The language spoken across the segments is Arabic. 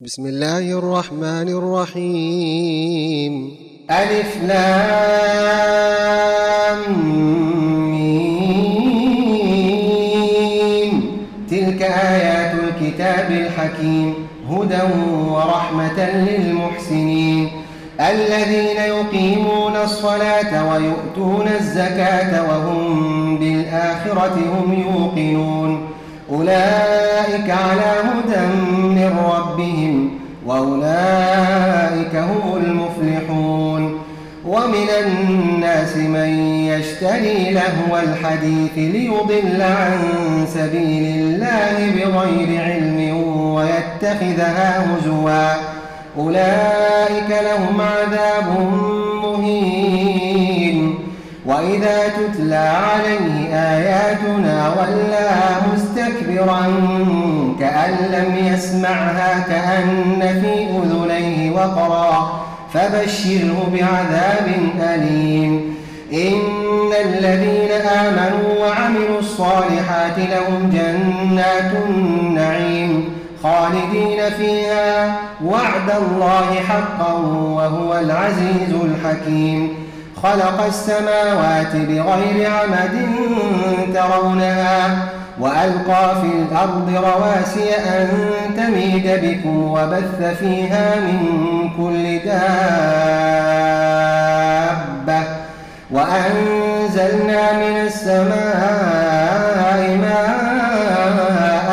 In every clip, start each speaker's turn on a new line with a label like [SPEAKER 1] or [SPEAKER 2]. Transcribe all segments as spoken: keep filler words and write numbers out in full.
[SPEAKER 1] بسم الله الرحمن الرحيم.
[SPEAKER 2] ألف لام ميم. تلك آيات الكتاب الحكيم هدى ورحمة للمحسنين الذين يقيمون الصلاة ويؤتون الزكاة وهم بالآخرة هم يوقنون أولئك على هدى من ربهم وأولئك هم المفلحون. ومن الناس من يشتري لهو الحديث ليضل عن سبيل الله بغير علم ويتخذها هزوا أولئك لهم عذاب مهين. وإذا تتلى عليه آياتنا ولى مستكبرا كأن لم يسمعها كأن في أذنيه وقرا فبشره بعذاب أليم. إن الذين آمنوا وعملوا الصالحات لهم جنات النعيم خالدين فيها وعد الله حقا وهو العزيز الحكيم. خلق السماوات بغير عمد ترونها وألقى في الأرض رواسي أن تميد بكم وبث فيها من كل دابة وأنزلنا من السماء ماء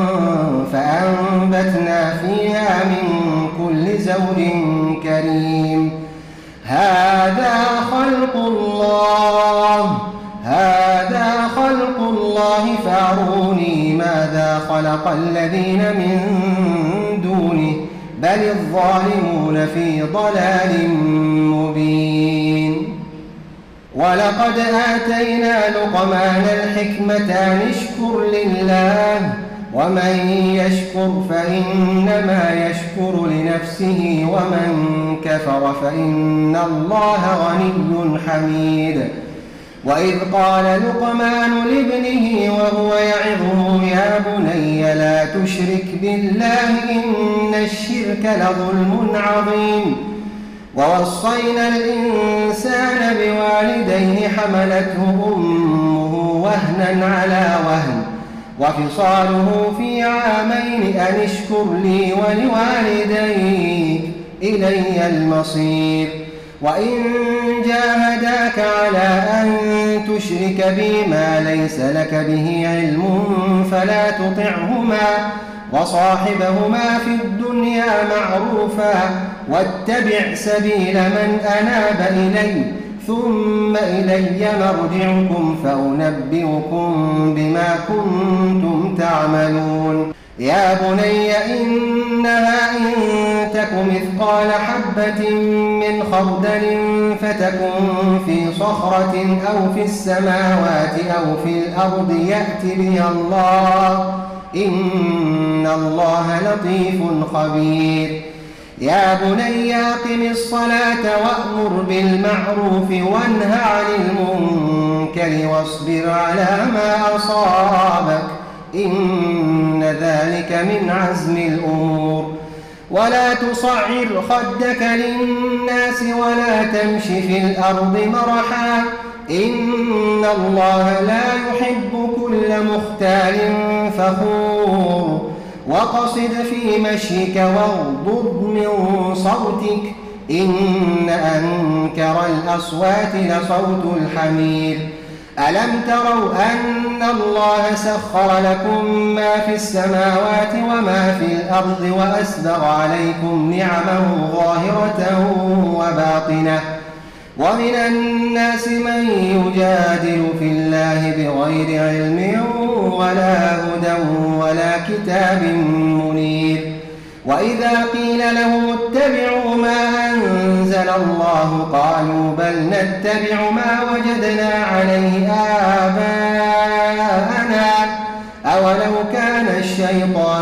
[SPEAKER 2] فأنبتنا فيها من كل زوج كريم. هذا خلق الله هذا خلق الله فاروني ماذا خلق الذين من دونه بل الظالمون في ضلال مبين. ولقد آتينا لقمان الحكمة أن اشكر لله ومن يشكر فإنما يشكر لنفسه ومن كفر فإن الله غني حميد. وإذ قال لقمان لابنه وهو يعظه يا بني لا تشرك بالله إن الشرك لظلم عظيم. ووصينا الإنسان بوالديه حملته أمه وهنا على وهن وفصاله في عامين أن اشكر لي ولوالديك إلي المصير. وإن جاهداك على أن تشرك بي ما ليس لك به علم فلا تطعهما وصاحبهما في الدنيا معروفا واتبع سبيل من أناب إلي ثم إلي مرجعكم فأنبئكم بما كنتم تعملون. يا بني إنها إن تك مثقال حبة من خردل فتكن في صخرة أو في السماوات أو في الأرض يأت بها الله إن الله لطيف خبير. يا بني أقم الصلاة وأمر بالمعروف وانه عن المنكر واصبر على ما أصابك إن ذلك من عزم الأمور. ولا تصعر خدك للناس ولا تمش في الأرض مرحا إن الله لا يحب كل مختال فخور. وقصد في مشيك واغضض من صوتك إن أنكر الأصوات لصوت الحمير. ألم تروا أن الله سخر لكم ما في السماوات وما في الأرض وأسبغ عليكم نعمه ظاهرة وباطنة. ومن الناس من يجادل في الله بغير علم ولا هدى ولا كتاب منير. وإذا قيل لهم اتبعوا ما أنزل الله قالوا بل نتبع ما وجدنا عليه آباءنا أولو كان الشيطان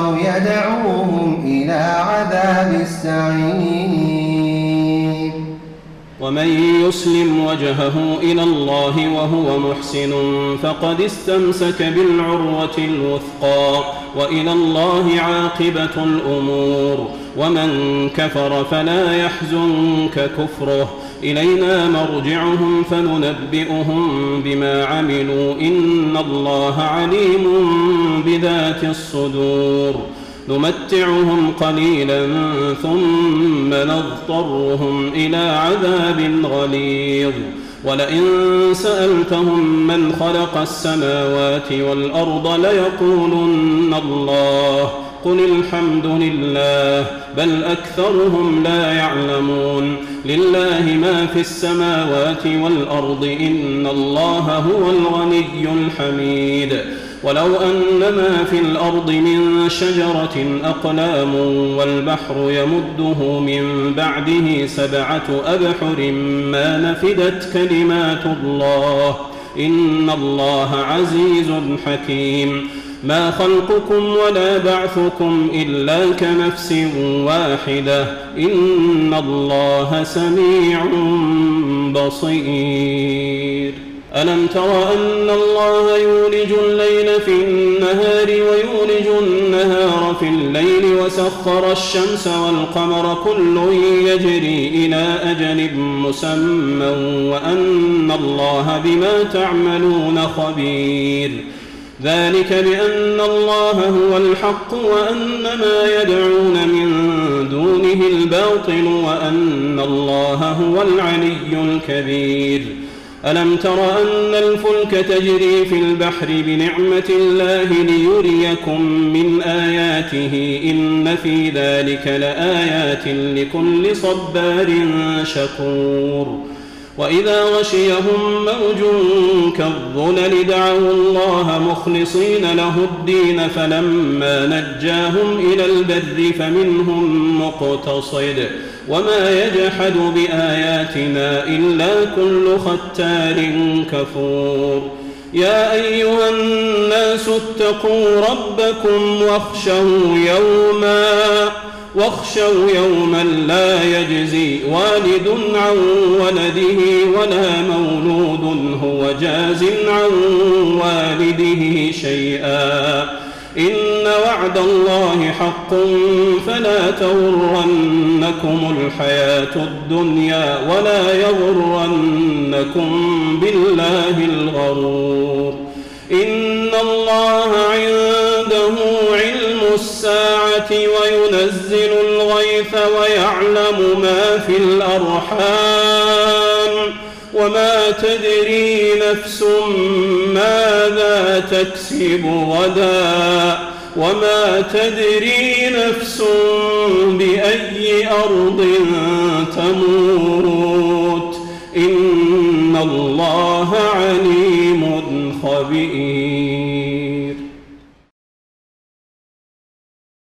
[SPEAKER 2] يدعوهم إلى عذاب السعير.
[SPEAKER 3] ومن يسلم وجهه إلى الله وهو محسن فقد استمسك بالعروة الوثقى وإلى الله عاقبة الأمور. ومن كفر فلا يحزنك كفره، إلينا مرجعهم فننبئهم بما عملوا إن الله عليم بذات الصدور. نمتعهم قليلا ثم نضطرهم إلى عذاب غليظ. ولئن سألتهم من خلق السماوات والأرض ليقولن الله قل الحمد لله بل أكثرهم لا يعلمون. لله ما في السماوات والأرض إن الله هو الغني الحميد. ولو أن ما في الأرض من شجرة أقلام والبحر يمده من بعده سبعة أبحر ما نفدت كلمات الله إن الله عزيز حكيم. ما خلقكم ولا بعثكم إلا كنفس واحدة إن الله سميع بصير. ألم تر أن الله يولج الليل في النهار ويولج النهار في الليل وسخر الشمس والقمر كل يجري إلى أجل مسمى وأن الله بما تعملون خبير. ذلك بأن الله هو الحق وأن ما يدعون من دونه الباطل وأن الله هو العلي الكبير. ألم تر أن الفلك تجري في البحر بنعمة الله ليريكم من آياته إن في ذلك لآيات لكل صبار شكور. وإذا غشيهم موج كالظلل دعوا الله مخلصين له الدين فلما نجاهم إلى البر فمنهم مقتصد وما يجحد بآياتنا إلا كل ختار كفور. يا أيها الناس اتقوا ربكم واخشوا يوما واخشوا يوما لا يجزي والد عن ولده ولا مولود هو جاز عن والده شيئا إن وعد الله حق فلا تغرنكم الحياة الدنيا ولا يغرنكم بالله الغرور. إن الله عنده علم الساعة وينزل الغيث ويعلم ما في الأرحام وما تدري نفس ماذا تكسب غدا وما تدري نفس بأي أرض تموت إن الله عليم خبير.